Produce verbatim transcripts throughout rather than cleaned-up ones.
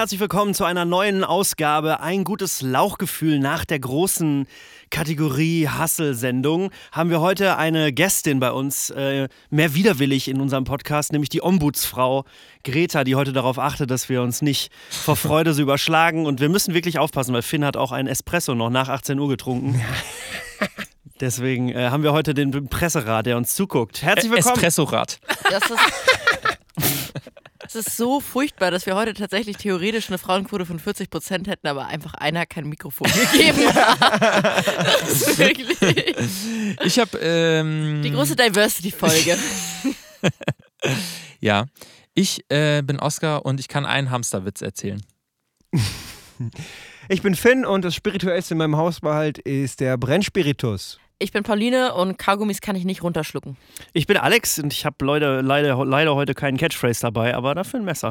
herzlich willkommen zu einer neuen Ausgabe. Ein gutes Lauchgefühl nach der großen Kategorie Hassel-Sendung haben wir heute eine Gästin bei uns, äh, mehr widerwillig in unserem Podcast, nämlich die Ombudsfrau Greta, die heute darauf achtet, dass wir uns nicht vor Freude so überschlagen. Und wir müssen wirklich aufpassen, weil Finn hat auch einen Espresso noch nach achtzehn Uhr getrunken. Deswegen äh, haben wir heute den Presserat, der uns zuguckt. Herzlich willkommen. Espressorat. Das ist... Es ist so furchtbar, dass wir heute tatsächlich theoretisch eine Frauenquote von vierzig Prozent hätten, aber einfach einer kein Mikrofon gegeben hat. Das ist wirklich... Ich habe... Ähm, Die große Diversity-Folge. Ja, ich äh, bin Oskar und ich kann einen Hamsterwitz erzählen. Ich bin Finn und das Spirituellste in meinem Hausbehalt ist der Brennspiritus. Ich bin Pauline und Kaugummis kann ich nicht runterschlucken. Ich bin Alex und ich habe leider, leider, leider heute keinen Catchphrase dabei, aber dafür ein Messer.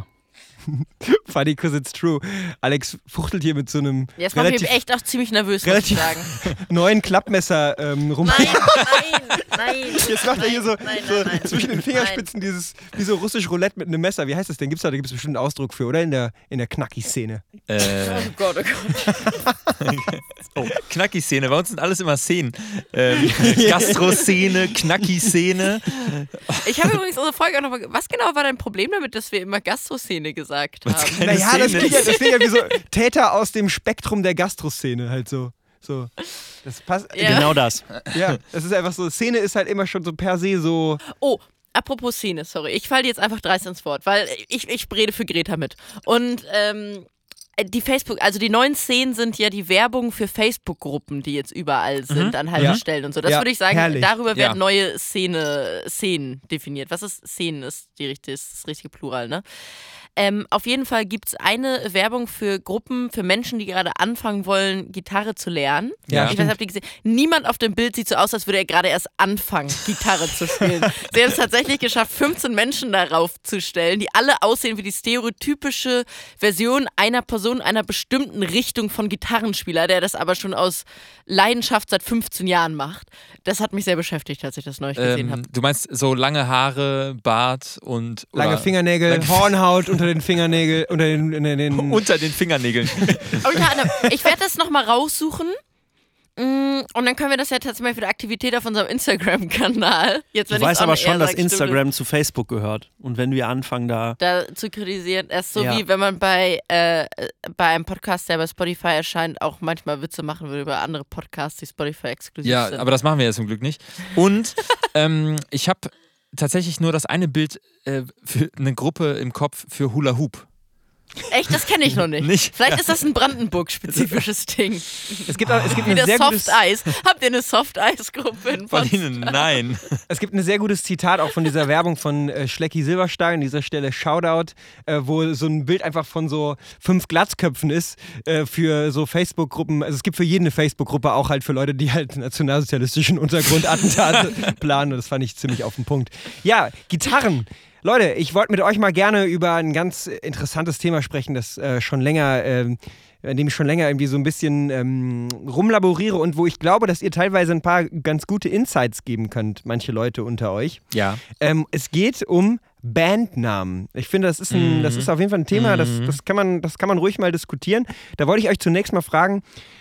Funny, cause it's true. Alex fuchtelt hier mit so einem Jetzt macht mich relativ, echt auch ziemlich nervös, muss ich relativ sagen. neuen Klappmesser ähm, rum. Nein, nein, nein. Jetzt macht er hier so, nein, nein, so nein, nein. zwischen den Fingerspitzen dieses, wie so russisch Roulette mit einem Messer. Wie heißt das denn? Gibt's da, da gibt's bestimmt einen Ausdruck für, oder? In der, in der Knacki-Szene. Äh, Oh Gott, oh Gott. oh, Knacki-Szene. Bei uns sind alles immer Szenen. Ähm, Gastro-Szene, Knacki-Szene. Ich habe übrigens unsere Folge auch noch mal... Was genau war dein Problem damit, dass wir immer Gastro-Szene gesagt haben? Keine Naja, das Szene klingt, ja, ist. das klingt ja wie so Täter aus dem Spektrum der Gastroszene halt so. so. Das passt. Ja. Genau das. Ja, das ist einfach so. Szene ist halt immer schon so per se so. Oh, apropos Szene, sorry. Ich falle jetzt einfach dreist ins Wort, weil ich, ich rede für Greta mit. Und ähm, die Facebook, also die neuen Szenen sind ja die Werbung für Facebook-Gruppen, die jetzt überall sind, an Haltestellen und so. Das Ja, würde ich sagen, herrlich. darüber werden Ja. neue Szene, Szenen definiert. Was ist Szenen? Ist, die richtige, ist das richtige Plural, ne? Ähm, auf jeden Fall gibt es eine Werbung für Gruppen, für Menschen, die gerade anfangen wollen, Gitarre zu lernen. Ja, ich weiß, stimmt. habt ihr gesehen? Niemand auf dem Bild sieht so aus, als würde er gerade erst anfangen, Gitarre zu spielen. Sie haben es tatsächlich geschafft, fünfzehn Menschen darauf zu stellen, die alle aussehen wie die stereotypische Version einer Person einer bestimmten Richtung von Gitarrenspieler, der das aber schon aus Leidenschaft seit fünfzehn Jahren macht. Das hat mich sehr beschäftigt, als ich das neulich gesehen habe. Ähm, du meinst so lange Haare, Bart und... Lange oder- Fingernägel, Lange- Hornhaut unter den Fingernägeln, unter den, unter den Unter den Fingernägeln. Aber unter anderem, ich werde das nochmal raussuchen. Mm, Und dann können wir das ja tatsächlich für die Aktivität auf unserem Instagram-Kanal. Jetzt, wenn Du weißt ich's on aber air schon, dass sag, stimmt Instagram zu Facebook gehört. Und wenn wir anfangen, da... da zu kritisieren. Erst so Ja. wie wenn man bei, äh, bei einem Podcast, der bei Spotify erscheint, auch manchmal Witze machen würde über andere Podcasts, die Spotify exklusiv Ja, sind. aber das machen wir ja zum Glück nicht. Und ähm, ich habe tatsächlich nur das eine Bild äh, für eine Gruppe im Kopf für Hula Hoop. Echt, das kenne ich noch nicht. Nicht? Vielleicht ist das ein Brandenburg-spezifisches Ding. Es gibt, auch, es gibt Wie ein das sehr gutes, Soft Eis. Habt ihr eine Soft Eis-Gruppe in Von Potsdam? Ihnen, nein. es gibt ein sehr gutes Zitat auch von dieser Werbung von äh, Schlecki Silberstein, an dieser Stelle Shoutout, äh, wo so ein Bild einfach von so fünf Glatzköpfen ist äh, für so Facebook-Gruppen. Also es gibt für jeden eine Facebook-Gruppe, auch halt für Leute, die halt nationalsozialistischen Untergrundattentate planen. Und das fand ich ziemlich auf den Punkt. Ja, Gitarren. Leute, ich wollte mit euch mal gerne über ein ganz interessantes Thema sprechen, das äh, schon länger, ähm, in dem ich schon länger irgendwie so ein bisschen ähm, rumlaboriere und wo ich glaube, dass ihr teilweise ein paar ganz gute Insights geben könnt, manche Leute unter euch. Ja. Ähm, es geht um Bandnamen. Ich finde, das ist, ein, Mhm. das ist auf jeden Fall ein Thema, das, das, kann man, das kann man ruhig mal diskutieren. Da wollte ich euch zunächst mal fragen,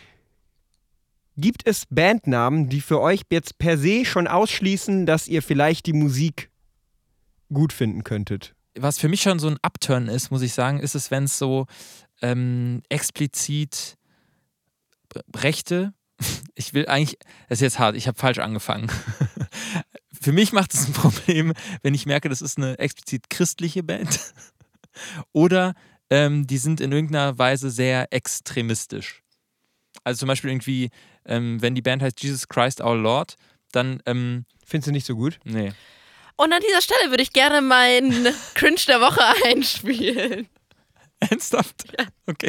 gibt es Bandnamen, die für euch jetzt per se schon ausschließen, dass ihr vielleicht die Musik gut finden könntet? Was für mich schon so ein Upturn ist, muss ich sagen, ist es, wenn es so ähm, explizit Rechte, ich will eigentlich, das ist jetzt hart, ich habe falsch angefangen. Für mich macht es ein Problem, wenn ich merke, das ist eine explizit christliche Band oder ähm, die sind in irgendeiner Weise sehr extremistisch. Also zum Beispiel irgendwie, ähm, wenn die Band heißt Jesus Christ Our Lord, dann, ähm, Findest du nicht so gut? nee. Und an dieser Stelle würde ich gerne meinen Cringe der Woche einspielen. Ernsthaft? Ja. Okay.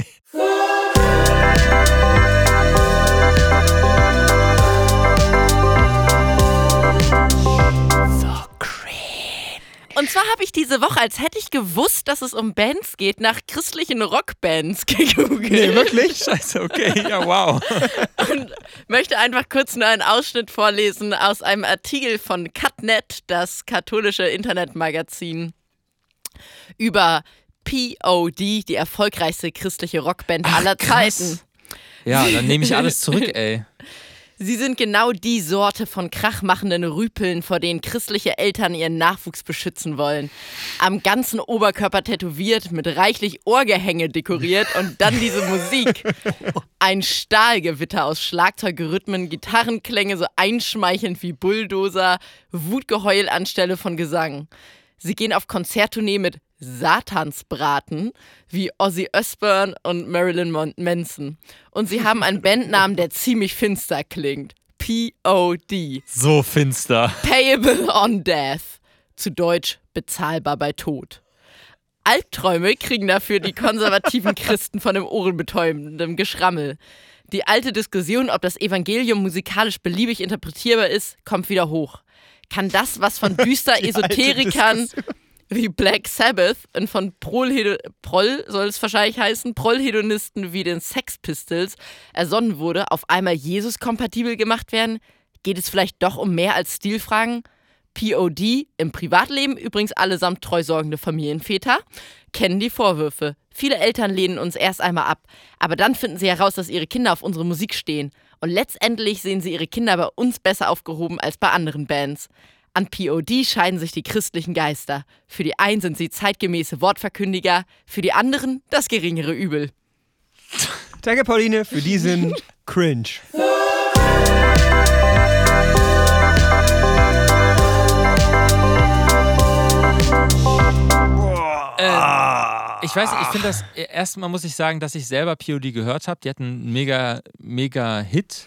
Und zwar habe ich diese Woche, als hätte ich gewusst, dass es um Bands geht, nach christlichen Rockbands gegoogelt. Nee, wirklich? Scheiße, okay, ja, wow. Und möchte einfach kurz nur einen Ausschnitt vorlesen aus einem Artikel von Catnet, das katholische Internetmagazin, über P O D, die erfolgreichste christliche Rockband Ach, aller krass. Zeiten. Ja, dann nehme ich alles zurück, ey. Sie sind genau die Sorte von krachmachenden Rüpeln, vor denen christliche Eltern ihren Nachwuchs beschützen wollen. Am ganzen Oberkörper tätowiert, mit reichlich Ohrgehänge dekoriert und dann diese Musik. Ein Stahlgewitter aus Schlagzeugrhythmen, Gitarrenklänge so einschmeichelnd wie Bulldozer, Wutgeheul anstelle von Gesang. Sie gehen auf Konzerttournee mit Satansbraten wie Ozzy Osbourne und Marilyn Manson. Und sie haben einen Bandnamen, der ziemlich finster klingt. P O D. So finster. Payable on Death. Zu Deutsch bezahlbar bei Tod. Albträume kriegen dafür die konservativen Christen von dem ohrenbetäubenden Geschrammel. Die alte Diskussion, ob das Evangelium musikalisch beliebig interpretierbar ist, kommt wieder hoch. Kann das, was von düster Esoterikern wie Black Sabbath und von Prollhedo- Proll, soll es wahrscheinlich heißen, Prollhedonisten wie den Sex Pistols ersonnen wurde, auf einmal Jesus-kompatibel gemacht werden? Geht es vielleicht doch um mehr als Stilfragen? P O D, im Privatleben übrigens allesamt treusorgende Familienväter, kennen die Vorwürfe. Viele Eltern lehnen uns erst einmal ab, aber dann finden sie heraus, dass ihre Kinder auf unsere Musik stehen. Und letztendlich sehen sie ihre Kinder bei uns besser aufgehoben als bei anderen Bands. An P O D scheiden sich die christlichen Geister. Für die einen sind sie zeitgemäße Wortverkündiger, für die anderen das geringere Übel. Danke, Pauline, für diesen Cringe. Äh, ich weiß nicht, ich finde das, erstmal muss ich sagen, dass ich selber P O D gehört habe. Die hatten einen mega, mega Hit.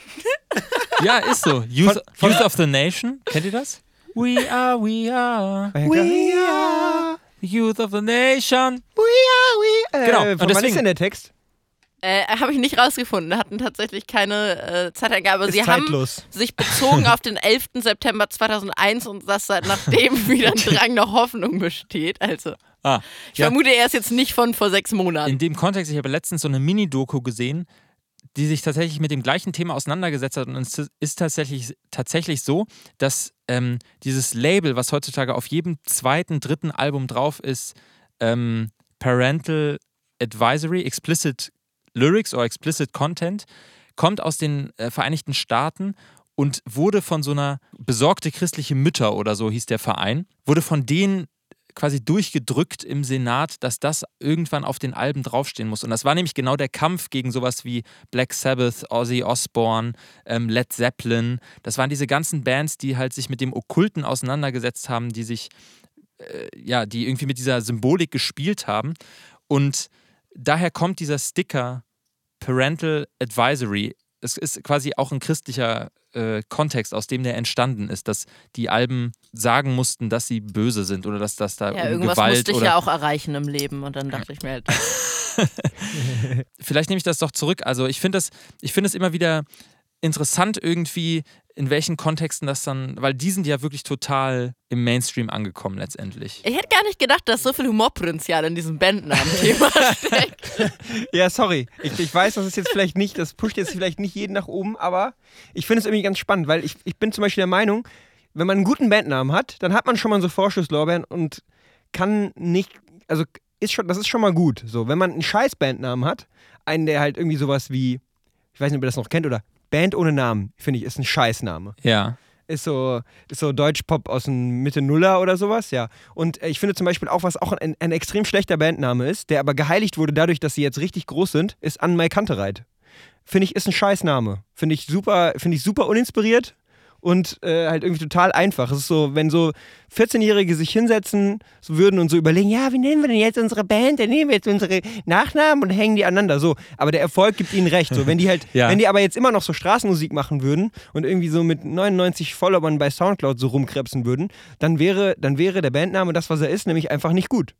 Ja, ist so. Youth, Von- von- Youth of the Nation, kennt ihr das? We are, we are, We are, Youth of the Nation. we are, we are. Genau, Äh, und von wann deswegen- ist denn der Text? Äh, habe ich nicht rausgefunden, hatten tatsächlich keine äh, Zeitangabe. Ist Sie zeitlos. haben sich bezogen auf den elften September zweitausendeins und das seit nachdem wieder ein Drang nach Hoffnung besteht. Also, Ah, ich ja. vermute, er ist jetzt nicht von vor sechs Monaten. In dem Kontext, ich habe letztens so eine Mini-Doku gesehen, die sich tatsächlich mit dem gleichen Thema auseinandergesetzt hat. Und es ist tatsächlich, tatsächlich so, dass ähm, dieses Label, was heutzutage auf jedem zweiten, dritten Album drauf ist, ähm, Parental Advisory, Explicit Lyrics oder Explicit Content, kommt aus den äh, Vereinigten Staaten und wurde von so einer besorgte christliche Mütter oder so hieß der Verein, wurde von denen quasi durchgedrückt im Senat, dass das irgendwann auf den Alben draufstehen muss. Und das war nämlich genau der Kampf gegen sowas wie Black Sabbath, Ozzy Osbourne, ähm, Led Zeppelin. Das waren diese ganzen Bands, die halt sich mit dem Okkulten auseinandergesetzt haben, die sich, äh, ja, die irgendwie mit dieser Symbolik gespielt haben. Und daher kommt dieser Sticker Parental Advisory. Es ist quasi auch ein christlicher äh, Kontext, aus dem der entstanden ist, dass die Alben sagen mussten, dass sie böse sind oder dass das da ja, um irgendwas Gewalt musste ich oder ja auch erreichen im Leben und dann dachte ich mir halt, vielleicht nehme ich das doch zurück. Also ich finde das, ich finde es immer wieder interessant irgendwie, in welchen Kontexten das dann, weil die sind ja wirklich total im Mainstream angekommen letztendlich. ich hätte gar nicht gedacht, dass so viel Humorpotenzial in diesem Bandnamen-Thema steckt. Ja, sorry. Ich, ich weiß, das ist jetzt vielleicht nicht, das pusht jetzt vielleicht nicht jeden nach oben, aber ich finde es irgendwie ganz spannend, weil ich, ich bin zum Beispiel der Meinung, wenn man einen guten Bandnamen hat, dann hat man schon mal so Vorschusslorbeeren und kann nicht, also ist schon, das ist schon mal gut. So, wenn man einen scheiß Bandnamen hat, einen, der halt irgendwie sowas wie, ich weiß nicht, ob ihr das noch kennt, oder Band ohne Namen, finde ich, ist ein Scheißname. Ja. Ist so, ist so Deutschpop aus dem Mitte Nuller oder sowas, ja. Und äh, ich finde zum Beispiel auch, was auch ein, ein extrem schlechter Bandname ist, der aber geheiligt wurde dadurch, dass sie jetzt richtig groß sind, ist An Mai Kantereit. Finde ich, ist ein Scheißname. Finde ich super, finde ich super uninspiriert und äh, halt irgendwie total einfach. Es ist so, wenn so vierzehnjährige sich hinsetzen so würden und so überlegen, ja, wie nennen wir denn jetzt unsere Band? Dann nehmen wir jetzt unsere Nachnamen und hängen die aneinander. So, aber der Erfolg gibt ihnen recht. So, wenn die halt, Ja. wenn die aber jetzt immer noch so Straßenmusik machen würden und irgendwie so mit neunundneunzig Followern bei Soundcloud so rumkrebsen würden, dann wäre, dann wäre der Bandname das, was er ist, nämlich einfach nicht gut.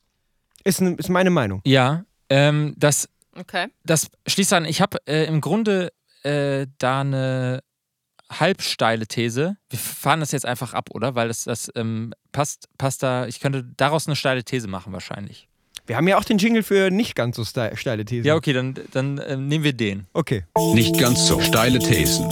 Ist, ne, ist meine Meinung. Ja, ähm, das, Okay. das schließt an, ich habe äh, im Grunde äh, da eine halbsteile These. Wir fahren das jetzt einfach ab, oder? Weil das, das ähm, passt, passt da, ich könnte daraus eine steile These machen wahrscheinlich. Wir haben ja auch den Jingle für nicht ganz so ste- steile Thesen. Ja, okay, dann, dann ähm, nehmen wir den. Okay. Nicht ganz so steile Thesen.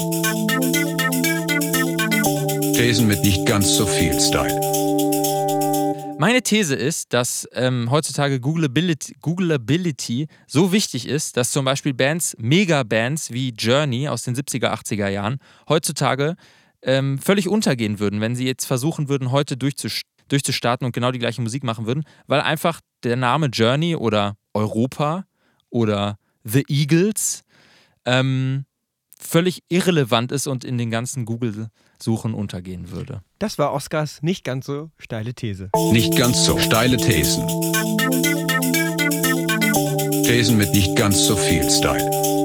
Thesen mit nicht ganz so viel Style. Meine These ist, dass ähm, heutzutage Googleability, Googleability so wichtig ist, dass zum Beispiel Bands, Megabands wie Journey aus den siebziger, achtziger Jahren heutzutage ähm, völlig untergehen würden, wenn sie jetzt versuchen würden, heute durchzust- durchzustarten und genau die gleiche Musik machen würden, weil einfach der Name Journey oder Europa oder The Eagles ähm, völlig irrelevant ist und in den ganzen Google-Suchen untergehen würde. Das war Oskars nicht ganz so steile These. Nicht ganz so steile Thesen. Thesen mit nicht ganz so viel Style.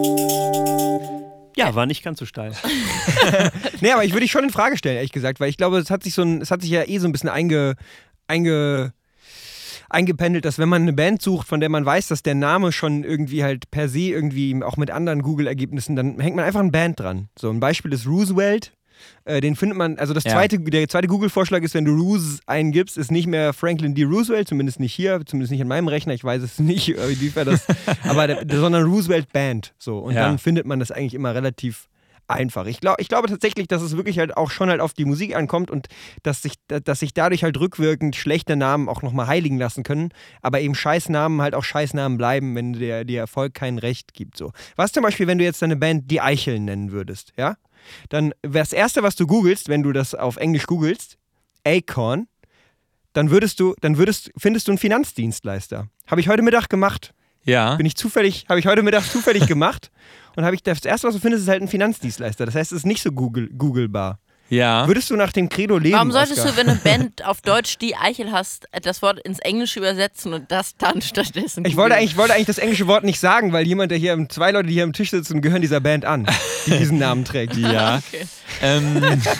Ja, war nicht ganz so steil. Nee, aber ich würde dich schon in Frage stellen, ehrlich gesagt, weil ich glaube, es hat sich so ein, es hat sich ja eh so ein bisschen einge, einge, eingependelt, dass wenn man eine Band sucht, von der man weiß, dass der Name schon irgendwie halt per se irgendwie auch mit anderen Google-Ergebnissen, dann hängt man einfach ein Band dran. So ein Beispiel ist Roosevelt. Äh, den findet man, also das Ja. zweite, der zweite Google-Vorschlag ist, wenn du Roos eingibst, ist nicht mehr Franklin D. Roosevelt, zumindest nicht hier, zumindest nicht in meinem Rechner, ich weiß es nicht, inwiefern das, aber der, der, sondern Roosevelt Band. So. Und Ja. dann findet man das eigentlich immer relativ einfach. Ich, glaub, ich glaube tatsächlich, dass es wirklich halt auch schon halt auf die Musik ankommt und dass sich, dass sich dadurch halt rückwirkend schlechte Namen auch nochmal heiligen lassen können, aber eben Scheißnamen halt auch Scheißnamen bleiben, wenn der, der Erfolg kein Recht gibt. So. Was zum Beispiel, wenn du jetzt deine Band Die Eicheln nennen würdest, ja? Dann wäre das Erste, was du googelst, wenn du das auf Englisch googelst, Acorn, dann würdest du, dann würdest, findest du einen Finanzdienstleister. Habe ich heute Mittag gemacht. Ja. Bin ich zufällig, habe ich heute Mittag zufällig gemacht und habe ich das Erste, was du findest, ist halt ein Finanzdienstleister. Das heißt, es ist nicht so Google, googlebar. Ja. Würdest du nach dem Credo leben, Warum solltest Oskar? du, wenn eine Band auf Deutsch Die Eichel hast, das Wort ins Englische übersetzen und das dann stattdessen Ich wollte, googeln? eigentlich, ich wollte eigentlich das englische Wort nicht sagen, weil jemand, der hier, am- zwei Leute, die hier am Tisch sitzen, gehören dieser Band an, die diesen Namen trägt. Ja. Okay. Ähm,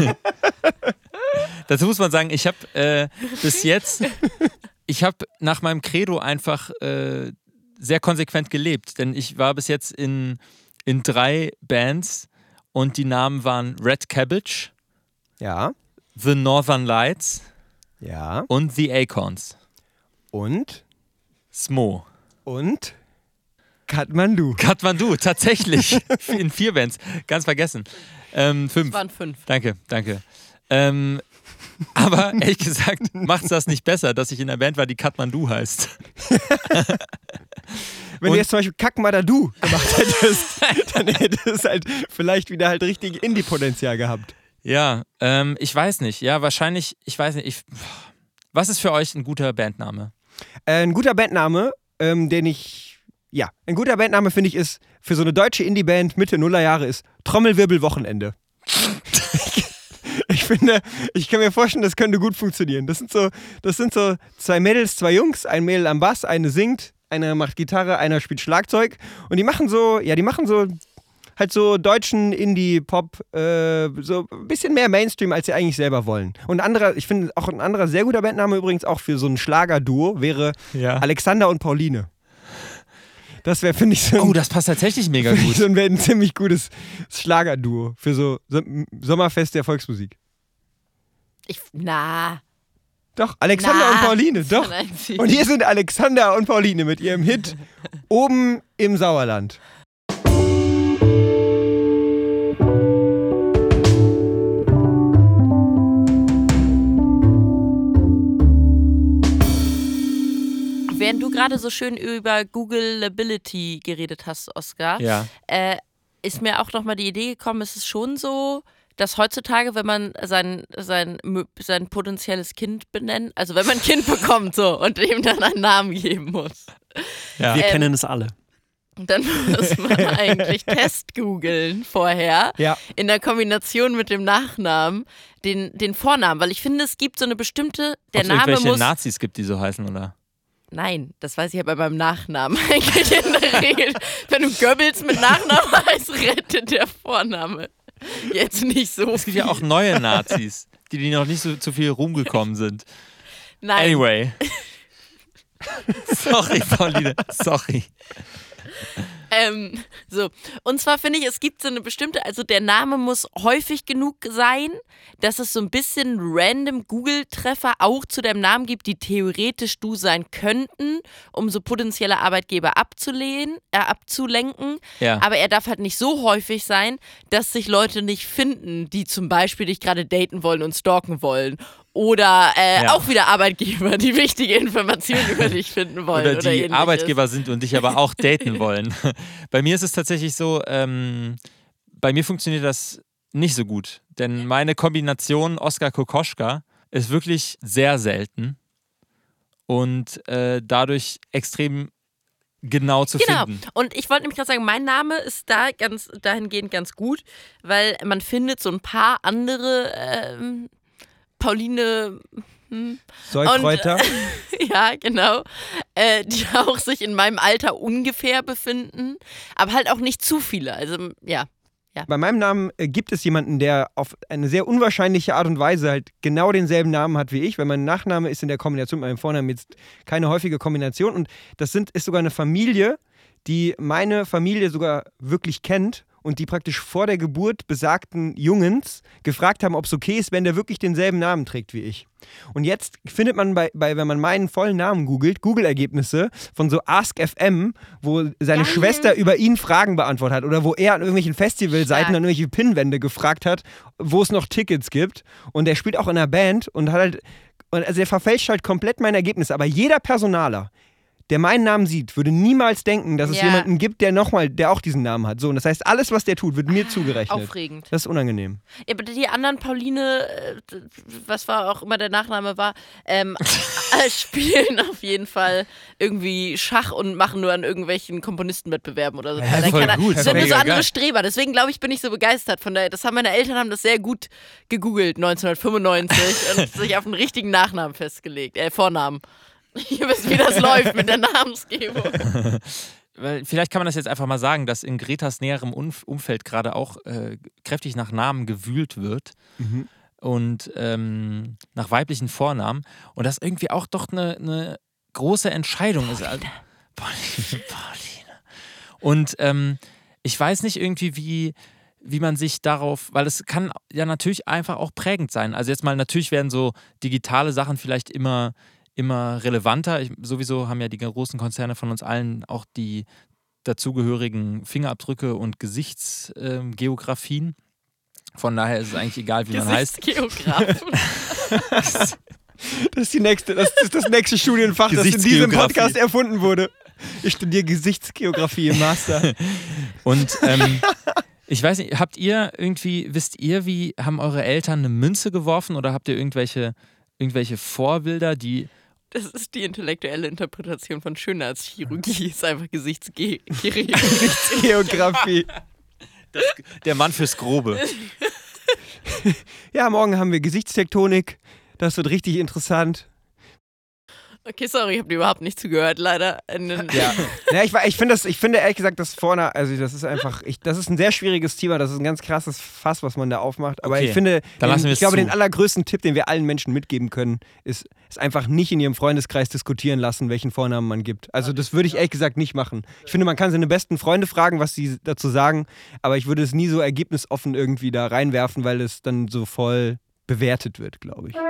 dazu muss man sagen, ich habe äh, bis jetzt, ich habe nach meinem Credo einfach äh, sehr konsequent gelebt, denn ich war bis jetzt in, in drei Bands und die Namen waren Red Cabbage, Ja, The Northern Lights ja. und The Acorns. Und? Smo. Und? Kathmandu. Kathmandu, tatsächlich. In vier Bands. Ganz vergessen. Ähm, Es fünf. waren fünf. Danke, danke. Ähm, aber ehrlich gesagt macht es das nicht besser, dass ich in einer Band war, die Kathmandu heißt. Wenn Und- du jetzt zum Beispiel Kackmadadu gemacht hättest, dann hätte es halt vielleicht wieder halt richtig Indie-Potenzial gehabt. Ja, ähm, ich weiß nicht. Ja, wahrscheinlich, ich weiß nicht. Ich, was ist für euch ein guter Bandname? Äh, ein guter Bandname, ähm, den ich, ja, ein guter Bandname finde ich ist, für so eine deutsche Indie-Band Mitte Nullerjahre ist Trommelwirbel Wochenende. Ich finde, ich kann mir vorstellen, das könnte gut funktionieren. Das sind so, das sind so zwei Mädels, zwei Jungs, ein Mädel am Bass, eine singt, einer macht Gitarre, einer spielt Schlagzeug und die machen so, ja, die machen so halt so deutschen Indie-Pop, äh, so ein bisschen mehr Mainstream, als sie eigentlich selber wollen. Und anderer, ich finde auch ein anderer sehr guter Bandname übrigens auch für so ein Schlagerduo wäre Ja. Alexander und Pauline. Das wäre, finde ich, so ein, Oh, das passt tatsächlich mega find ich gut. so ein, wär ein ziemlich gutes Schlagerduo für so, so Sommerfest der Volksmusik. Ich, na. Doch, Alexander na, und Pauline, das doch. kann einziehen. Und hier sind Alexander und Pauline mit ihrem Hit Oben im Sauerland. Während du gerade so schön über Googleability geredet hast, Oskar, Ja. äh, ist mir auch nochmal die Idee gekommen, es ist schon so, dass heutzutage, wenn man sein, sein, mö- sein potenzielles Kind benennt, also wenn man ein Kind bekommt so und ihm dann einen Namen geben muss, Ja. Wir Ähm, kennen es alle. dann muss man eigentlich Test googeln vorher, Ja. in der Kombination mit dem Nachnamen, den, den Vornamen, weil ich finde, es gibt so eine bestimmte, der Ob es Name irgendwelche muss... Nazis gibt, die so heißen, oder? Nein, das weiß ich ja bei meinem Nachnamen eigentlich in der Regel. Wenn du Goebbels mit Nachnamen heißt, rettet der Vorname. Jetzt nicht so Es gibt ja auch neue Nazis, die, die noch nicht so zu viel Ruhm gekommen sind. Nein, Anyway. Sorry, Pauline. Sorry. ähm, so. Und zwar finde ich, es gibt so eine bestimmte, also der Name muss häufig genug sein, dass es so ein bisschen random Google-Treffer auch zu deinem Namen gibt, die theoretisch du sein könnten, um so potenzielle Arbeitgeber abzulehnen, äh, abzulenken. Ja. Aber er darf halt nicht so häufig sein, dass sich Leute nicht finden, die zum Beispiel dich gerade daten wollen und stalken wollen. Oder äh, Ja. auch wieder Arbeitgeber, die wichtige Informationen über dich finden wollen. Oder Oder, die ähnliches. Arbeitgeber sind und dich aber auch daten wollen. Bei mir ist es tatsächlich so, ähm, bei mir funktioniert das nicht so gut. Denn meine Kombination Oskar Kokoschka ist wirklich sehr selten und äh, dadurch extrem genau zu Genau. finden. Und ich wollte nämlich gerade sagen, mein Name ist da ganz dahingehend ganz gut, weil man findet so ein paar andere ähm, Pauline. Hm, Säukräuter. ja, genau. Äh, die auch sich in meinem Alter ungefähr befinden, aber halt auch nicht zu viele. Also, ja. Bei meinem Namen äh, gibt es jemanden, der auf eine sehr unwahrscheinliche Art und Weise halt genau denselben Namen hat wie ich, weil mein Nachname ist in der Kombination mit meinem Vornamen jetzt keine häufige Kombination und das sind, ist sogar eine Familie, die meine Familie sogar wirklich kennt und die praktisch vor der Geburt besagten Jungens gefragt haben, ob es okay ist, wenn der wirklich denselben Namen trägt wie ich. Und jetzt findet man, bei, bei wenn man meinen vollen Namen googelt, Google-Ergebnisse von so Ask F M, wo seine Geil. Schwester über ihn Fragen beantwortet hat oder wo er an irgendwelchen Festivalseiten Stark. an irgendwelche Pinwände gefragt hat, wo es noch Tickets gibt. Und der spielt auch in einer Band und hat halt, und also der verfälscht halt komplett meine Ergebnisse. Aber jeder Personaler, der meinen Namen sieht, würde niemals denken, dass es Ja. jemanden gibt, der nochmal, der auch diesen Namen hat. So, und das heißt, alles, was der tut, wird mir zugerechnet. Aufregend. Das ist unangenehm. Ja, aber die anderen Pauline, äh, was war auch immer der Nachname war, ähm, äh, spielen auf jeden Fall irgendwie Schach und machen nur an irgendwelchen Komponistenwettbewerben oder so. Ja, Dann voll kann er- gut, das sind nur so mega andere geil. Streber. Deswegen glaube ich, bin ich so begeistert. Von der, das haben meine Eltern haben das sehr gut gegoogelt neunzehnhundertfünfundneunzig und sich auf einen richtigen Nachnamen festgelegt, äh, Vornamen. Ihr wisst, wie das läuft mit der Namensgebung. Weil vielleicht kann man das jetzt einfach mal sagen, dass in Gretas näherem Umf- Umfeld gerade auch äh, kräftig nach Namen gewühlt wird Mhm. und ähm, nach weiblichen Vornamen und das irgendwie auch doch eine, eine große Entscheidung ist. Also, Pauline, Pauline. Und ähm, ich weiß nicht irgendwie, wie, wie man sich darauf, weil es kann ja natürlich einfach auch prägend sein. Also jetzt mal, natürlich werden so digitale Sachen vielleicht immer immer relevanter. Ich, sowieso haben ja die großen Konzerne von uns allen auch die dazugehörigen Fingerabdrücke und Gesichtsgeografien. Von daher ist es eigentlich egal, wie man heißt. Gesichtsgeografen. Das ist, die nächste, das ist das nächste Studienfach, das in diesem Gesichtsgeografie. Podcast erfunden wurde. Ich studiere Gesichtsgeografie im Master. Und ähm, ich weiß nicht, habt ihr irgendwie, wisst ihr, wie haben eure Eltern eine Münze geworfen oder habt ihr irgendwelche, irgendwelche Vorbilder, die Das ist die intellektuelle Interpretation von Schönheitschirurgie. Ist einfach Gesichtsge- Chirurgie. Gesichtsgeografie. der Mann fürs Grobe. Ja, morgen haben wir Gesichtstektonik. Das wird richtig interessant. Okay, sorry, ich habe dir überhaupt nicht zugehört, leider. Ja, ja ich, war- ich, find das, ich finde ehrlich gesagt, das vorne, also das ist einfach, ich, das ist ein sehr schwieriges Thema, das ist ein ganz krasses Fass, was man da aufmacht. Aber Okay, ich finde, dann lassen den, wir ich es glaube, zu. den allergrößten Tipp, den wir allen Menschen mitgeben können, ist, ist einfach nicht in ihrem Freundeskreis diskutieren lassen, welchen Vornamen man gibt. Also das würde ich ehrlich gesagt nicht machen. Ich finde, man kann seine besten Freunde fragen, was sie dazu sagen, aber ich würde es nie so ergebnisoffen irgendwie da reinwerfen, weil es dann so voll bewertet wird, glaube ich.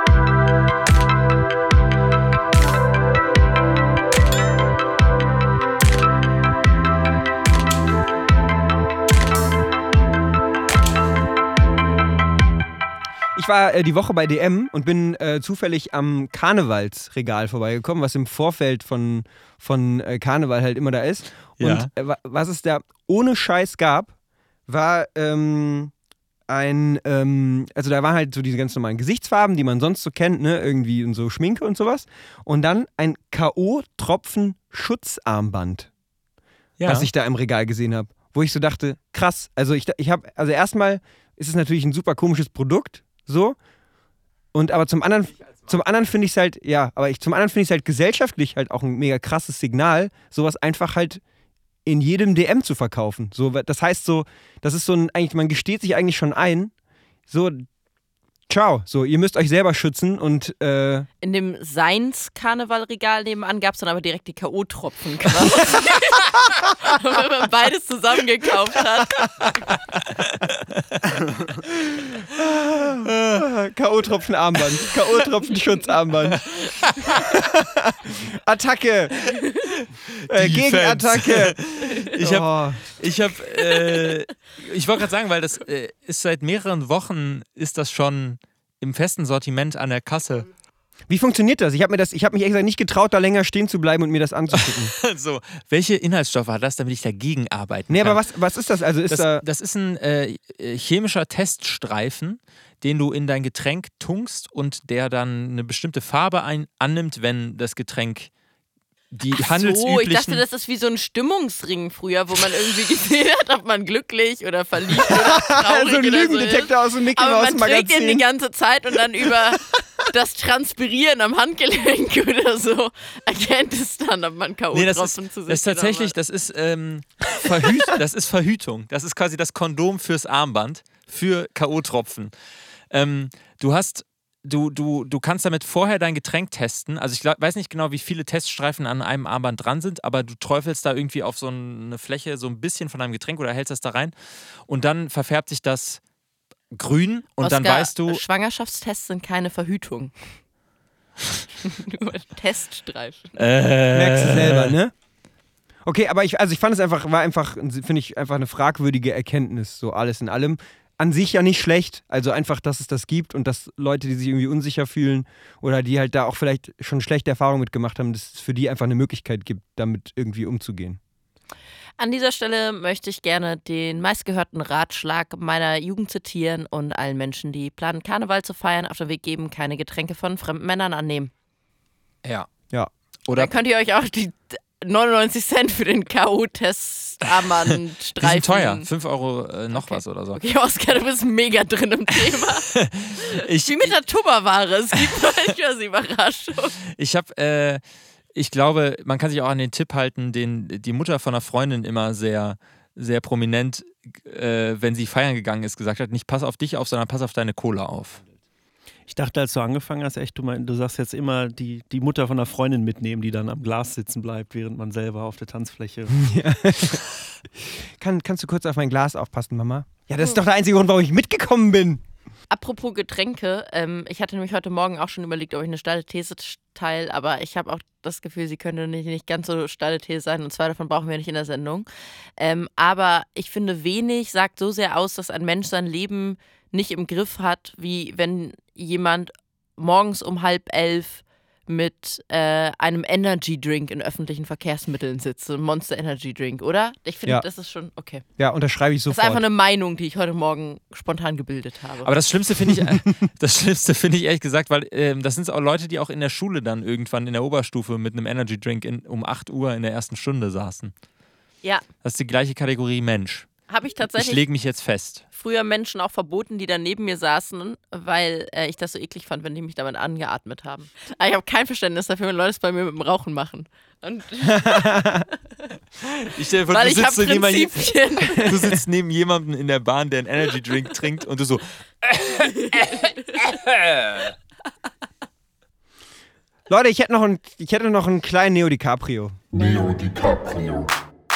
Ich war äh, die Woche bei D M und bin äh, zufällig am Karnevalsregal vorbeigekommen, was im Vorfeld von, von äh, Karneval halt immer da ist. Und Ja. äh, wa- was es da ohne Scheiß gab, war ähm, ein, ähm, also da waren halt so diese ganz normalen Gesichtsfarben, die man sonst so kennt, ne, irgendwie und so Schminke und sowas. Und dann ein K O-Tropfen-Schutzarmband, Ja. was ich da im Regal gesehen habe. Wo ich so dachte, krass, also ich, ich habe, also erstmal ist es natürlich ein super komisches Produkt, so. Und aber zum anderen, zum anderen finde ich es halt, ja, aber ich, zum anderen finde ich es halt gesellschaftlich halt auch ein mega krasses Signal, sowas einfach halt in jedem D M zu verkaufen. So, das heißt so, das ist so ein, eigentlich, man gesteht sich eigentlich schon ein, so, ciao, so, ihr müsst euch selber schützen und äh, In dem Seins-Karnevalregal nebenan gab es dann aber direkt die K O-Tropfen quasi. Wenn man beides zusammen gekauft hat. K O-Tropfen-Armband, K O-Tropfen-Schutzarmband. Attacke! Äh, Gegenattacke! Ich habe Oh. Ich habe, äh, ich wollte gerade sagen, weil das äh, ist seit mehreren Wochen ist das schon im festen Sortiment an der Kasse. Wie funktioniert das? Ich habe mir das, ich habe mich ehrlich gesagt nicht getraut, da länger stehen zu bleiben und mir das anzugucken. So, welche Inhaltsstoffe hat das, damit ich dagegen arbeiten Nee, kann? aber was, was ist das? Also ist das, da. das ist ein äh, chemischer Teststreifen, den du in dein Getränk tunkst und der dann eine bestimmte Farbe ein, annimmt, wenn das Getränk die Ach so, handelsüblichen... ich dachte, das ist wie so ein Stimmungsring früher, wo man irgendwie gesehen hat, ob man glücklich oder verliebt oder traurig so ein oder Lügendetektor so aus dem Mickey Aber Mouse man trägt den die Magazin. ganze Zeit und dann über das Transpirieren am Handgelenk oder so erkennt es dann, ob man K O-Tropfen Nee, das ist, zu sich das ist tatsächlich, genommen das ist, ähm, Verhüt, das ist Verhütung. Das ist quasi das Kondom fürs Armband, für K O-Tropfen. Ähm, du hast, du, du, du kannst damit vorher dein Getränk testen. Also ich glaub, weiß nicht genau, wie viele Teststreifen an einem Armband dran sind, aber du träufelst da irgendwie auf so eine Fläche so ein bisschen von deinem Getränk oder hältst das da rein und dann verfärbt sich das grün und Oscar, dann weißt du... Schwangerschaftstests sind keine Verhütung. Nur Teststreifen. Äh, Merkst du selber, ne? Okay, aber ich, also ich fand es einfach, war einfach, finde ich, einfach eine fragwürdige Erkenntnis, so alles in allem. An sich ja nicht schlecht, also einfach, dass es das gibt und dass Leute, die sich irgendwie unsicher fühlen oder die halt da auch vielleicht schon schlechte Erfahrungen mitgemacht haben, dass es für die einfach eine Möglichkeit gibt, damit irgendwie umzugehen. An dieser Stelle möchte ich gerne den meistgehörten Ratschlag meiner Jugend zitieren und allen Menschen, die planen, Karneval zu feiern, auf den Weg geben, keine Getränke von fremden Männern annehmen. Ja. Ja. Oder Dann könnt ihr euch auch die neunundneunzig Cent für den K O-Test Armband die streifen. sind teuer, fünf Euro äh, noch Okay. was oder so. Okay, Oskar, du bist mega drin im Thema. Ich, Wie mit der Tupperware, es gibt manchmal Überraschung. Ich habe, äh, ich glaube, man kann sich auch an den Tipp halten, den die Mutter von einer Freundin immer sehr, sehr prominent, äh, wenn sie feiern gegangen ist, gesagt hat, nicht pass auf dich auf, sondern pass auf deine Cola auf. Ich dachte, als du angefangen hast, echt, du, mein, du sagst jetzt immer die, die Mutter von einer Freundin mitnehmen, die dann am Glas sitzen bleibt, während man selber auf der Tanzfläche. Ja. Kann, kannst du kurz auf mein Glas aufpassen, Mama? Ja, das ist doch der einzige Grund, warum ich mitgekommen bin. Apropos Getränke, ähm, ich hatte nämlich heute Morgen auch schon überlegt, ob ich eine steile These teile, aber ich habe auch das Gefühl, sie könnte nicht, nicht ganz so steile These sein und zwei davon brauchen wir nicht in der Sendung. Ähm, aber ich finde, wenig sagt so sehr aus, dass ein Mensch sein Leben nicht im Griff hat, wie wenn jemand morgens um halb elf mit äh, einem Energy Drink in öffentlichen Verkehrsmitteln sitzt, so ein Monster Energy Drink, oder? Ich finde, Ja. das ist schon okay. Ja, unterschreibe ich Das ist sofort. einfach eine Meinung, die ich heute Morgen spontan gebildet habe. Aber das Schlimmste finde ich, äh, das Schlimmste finde ich ehrlich gesagt, weil ähm, das sind auch Leute, die auch in der Schule dann irgendwann in der Oberstufe mit einem Energy Drink in, um acht Uhr in der ersten Stunde saßen. ja, Das ist die gleiche Kategorie Mensch. habe ich Ich tatsächlich lege mich jetzt fest. früher Menschen auch verboten, die dann neben mir saßen, weil äh, ich das so eklig fand, wenn die mich damit angeatmet haben. Aber ich habe kein Verständnis dafür, wenn Leute es bei mir mit dem Rauchen machen. Und Ich stell dir vor, weil du, ich habe sitzt so neben, je- Prinzipien. du sitzt neben jemandem in der Bahn, der einen Energy Drink trinkt und du so. Leute, ich hätte noch einen, ich hätte noch einen kleinen Neo DiCaprio. Neo DiCaprio.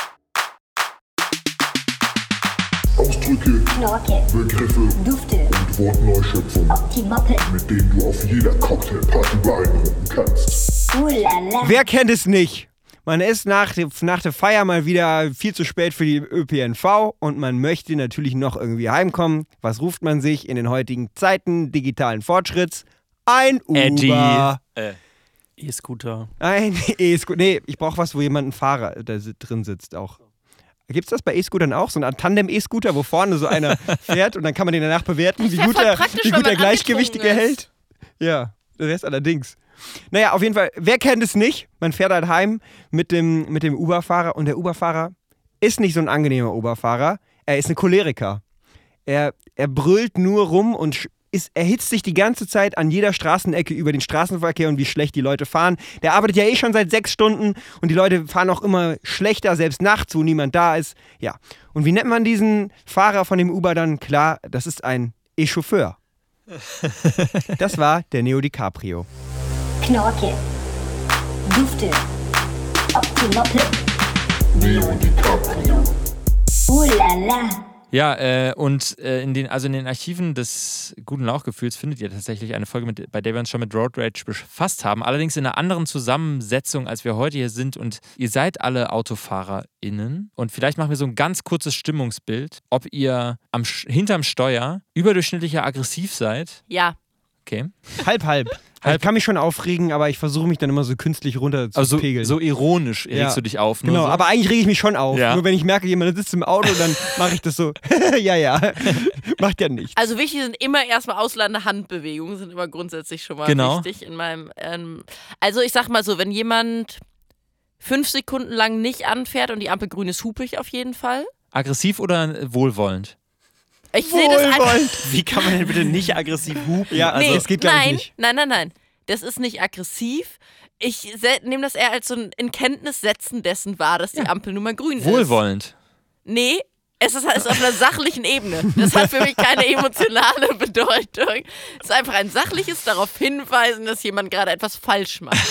Ausdrücke, Knorke, Begriffe Dufte, und Wortneuschöpfungen, Optimoppe, mit denen du auf jeder Cocktailparty beeindrucken kannst. Ulala. Wer kennt es nicht? Man ist nach, dem- nach der Feier mal wieder viel zu spät für die Ö P N V und man möchte natürlich noch irgendwie heimkommen. Was ruft man sich in den heutigen Zeiten digitalen Fortschritts? Ein Eddie. Uber. Äh, E-Scooter. Ein E-Scooter. Nee, ich brauche was, wo jemand ein Fahrer da si- drin sitzt auch. Gibt es das bei E-Scootern auch? So ein Tandem-E-Scooter, wo vorne so einer fährt und dann kann man den danach bewerten, wie wär gut voll er, praktisch, wie wenn gut er man Gleichgewichtige angetrunken ist. hält. Ja, der Rest allerdings. Naja, auf jeden Fall, wer kennt es nicht? Man fährt halt heim mit dem, mit dem Uber-Fahrer und der Uber-Fahrer ist nicht so ein angenehmer Uber-Fahrer. Er ist ein Choleriker. Er, er brüllt nur rum und sch- ist, erhitzt sich die ganze Zeit an jeder Straßenecke über den Straßenverkehr und wie schlecht die Leute fahren. Der arbeitet ja eh schon seit sechs Stunden und die Leute fahren auch immer schlechter, selbst nachts, wo niemand da ist. Ja. Und wie nennt man diesen Fahrer von dem Uber dann? Klar, das ist ein E-Chauffeur. Das war der Neo DiCaprio. Knorke, Dufte, Optimoppe, Neo DiCaprio. Ulala. Ja, äh, und äh, in den, also in den Archiven des guten Lauchgefühls findet ihr tatsächlich eine Folge, mit, bei der wir uns schon mit Road Rage befasst haben. Allerdings in einer anderen Zusammensetzung, als wir heute hier sind. Und ihr seid alle AutofahrerInnen. Und vielleicht machen wir so ein ganz kurzes Stimmungsbild, ob ihr am, hinterm Steuer überdurchschnittlicher aggressiv seid. Ja, Okay. Halb, halb. Also ich kann mich schon aufregen, aber ich versuche mich dann immer so künstlich runter zu Also pegeln. so ironisch regst Ja. du dich auf. Nur Genau, so. aber eigentlich rege ich mich schon auf. Ja. Nur wenn ich merke, jemand sitzt im Auto, dann mache ich das so. ja, ja. Macht ja nichts. Also wichtig sind immer erstmal ausladende Handbewegungen, sind immer grundsätzlich schon mal Genau. wichtig in meinem. Ähm, also ich sag mal so, wenn jemand fünf Sekunden lang nicht anfährt und die Ampel grün ist, hupe ich auf jeden Fall. Aggressiv oder wohlwollend? Ich sehe das einfach. Wohlwollend. Wie kann man denn bitte nicht aggressiv hupen? Ja, also Nee, es geht, glaube ich, nein, nicht. nein, nein, nein. Das ist nicht aggressiv. Ich nehme das eher als so ein in Kenntnis setzen dessen wahr, dass die Ampel nun mal grün ist. Wohlwollend. Nee, es ist, ist auf einer sachlichen Ebene. Das hat für mich keine emotionale Bedeutung. Es ist einfach ein sachliches darauf hinweisen, dass jemand gerade etwas falsch macht.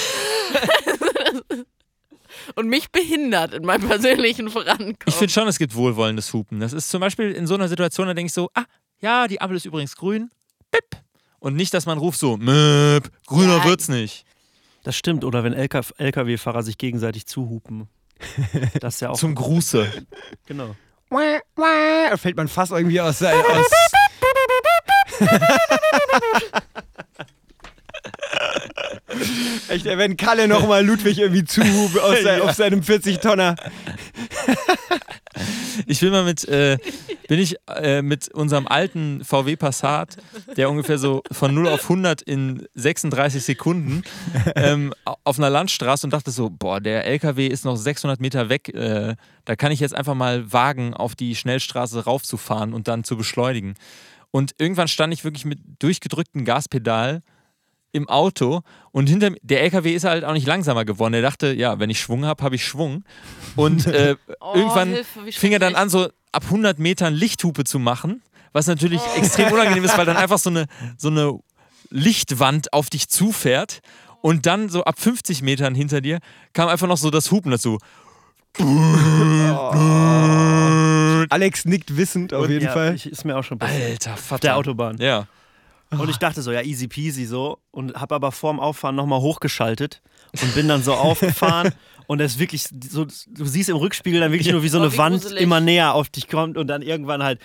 Und mich behindert in meinem persönlichen Vorankommen. Ich finde schon, es gibt wohlwollendes Hupen. Das ist zum Beispiel in so einer Situation, da denke ich so, ah, ja, die Ampel ist übrigens grün. Bip. Und nicht, dass man ruft so, Möp, grüner Ja. wird's nicht. Das stimmt. Oder wenn L K W-Fahrer sich gegenseitig zuhupen. Das ist ja auch. Zum Gruße. Genau. Da fällt man fast irgendwie aus. Äh, aus Echt, wenn Kalle nochmal Ludwig irgendwie zuhupe aus sein, auf seinem vierzig-Tonner. Ich will mal mit, äh, bin ich äh, mit unserem alten V W Passat, der ungefähr so von null auf hundert in sechsunddreißig Sekunden ähm, auf einer Landstraße und dachte so, boah, der L K W ist noch sechshundert Meter weg, äh, da kann ich jetzt einfach mal wagen, auf die Schnellstraße raufzufahren und dann zu beschleunigen. Und irgendwann stand ich wirklich mit durchgedrücktem Gaspedal im Auto und hinter mir, der L K W ist halt auch nicht langsamer geworden. Er dachte, ja, wenn ich Schwung habe, habe ich Schwung. Und äh, Oh, irgendwann Hilfe, wie fing er dann schrecklich. an, so ab hundert Metern Lichthupe zu machen, was natürlich extrem unangenehm ist, weil dann einfach so eine, so eine Lichtwand auf dich zufährt und dann so ab fünfzig Metern hinter dir kam einfach noch so das Hupen dazu. Alex nickt wissend auf jeden ja, Fall. Ich, ist mir auch schon passiert. Alter, Vater. Auf der Autobahn. Ja. Und ich dachte so, ja, easy peasy so. Und habe aber vorm Auffahren nochmal hochgeschaltet und bin dann so aufgefahren. Und es ist wirklich so, du siehst im Rückspiegel dann wirklich nur, wie so Oh, eine wie Wand gruselig. immer näher auf dich kommt und dann irgendwann halt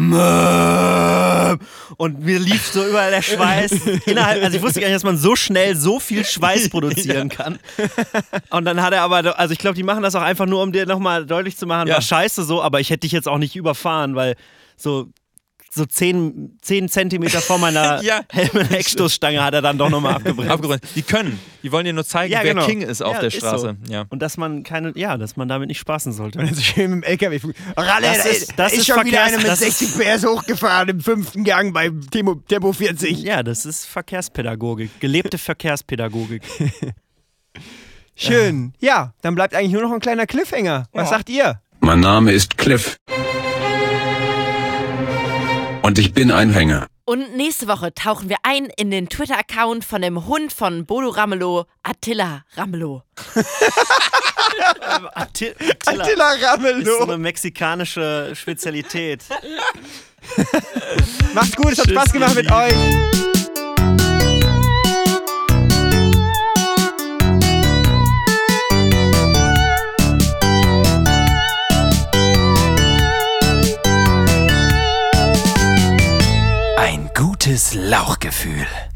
und mir lief so überall der Schweiß innerhalb, also ich wusste gar nicht, dass man so schnell so viel Schweiß produzieren kann. Und dann hat er aber, also ich glaube, die machen das auch einfach nur, um dir nochmal deutlich zu machen, Ja. war scheiße so, aber ich hätte dich jetzt auch nicht überfahren, weil so so zehn, zehn Zentimeter vor meiner Ja. Helm-Heckstoßstange hat er dann doch nochmal abgebremst. Abgeräumt. Die können. Die wollen dir nur zeigen, Ja, wer genau. King ist auf Ja, der ist Straße. so. Ja. Und dass man keine, ja, dass man damit nicht spaßen sollte. Und dann so schön mit dem L K W. Ralle, Das da ist- das ist ist schon wieder Verkehrs- einer mit das ist- sechzig P S hochgefahren im fünften Gang beim Tempo, Tempo vierzig. Ja, das ist Verkehrspädagogik. Gelebte Verkehrspädagogik. Schön. Ja, dann bleibt eigentlich nur noch ein kleiner Cliffhanger. Was sagt ihr? Mein Name ist Cliff. Und ich bin ein Hänger. Und nächste Woche tauchen wir ein in den Twitter-Account von dem Hund von Bodo Ramelow, Attila Ramelow. Atti- Attila ist so Ramelow. eine mexikanische Spezialität. Macht's gut, es hat Tschüss, Spaß gemacht ihr mit euch. Ein gutes Lauchgefühl.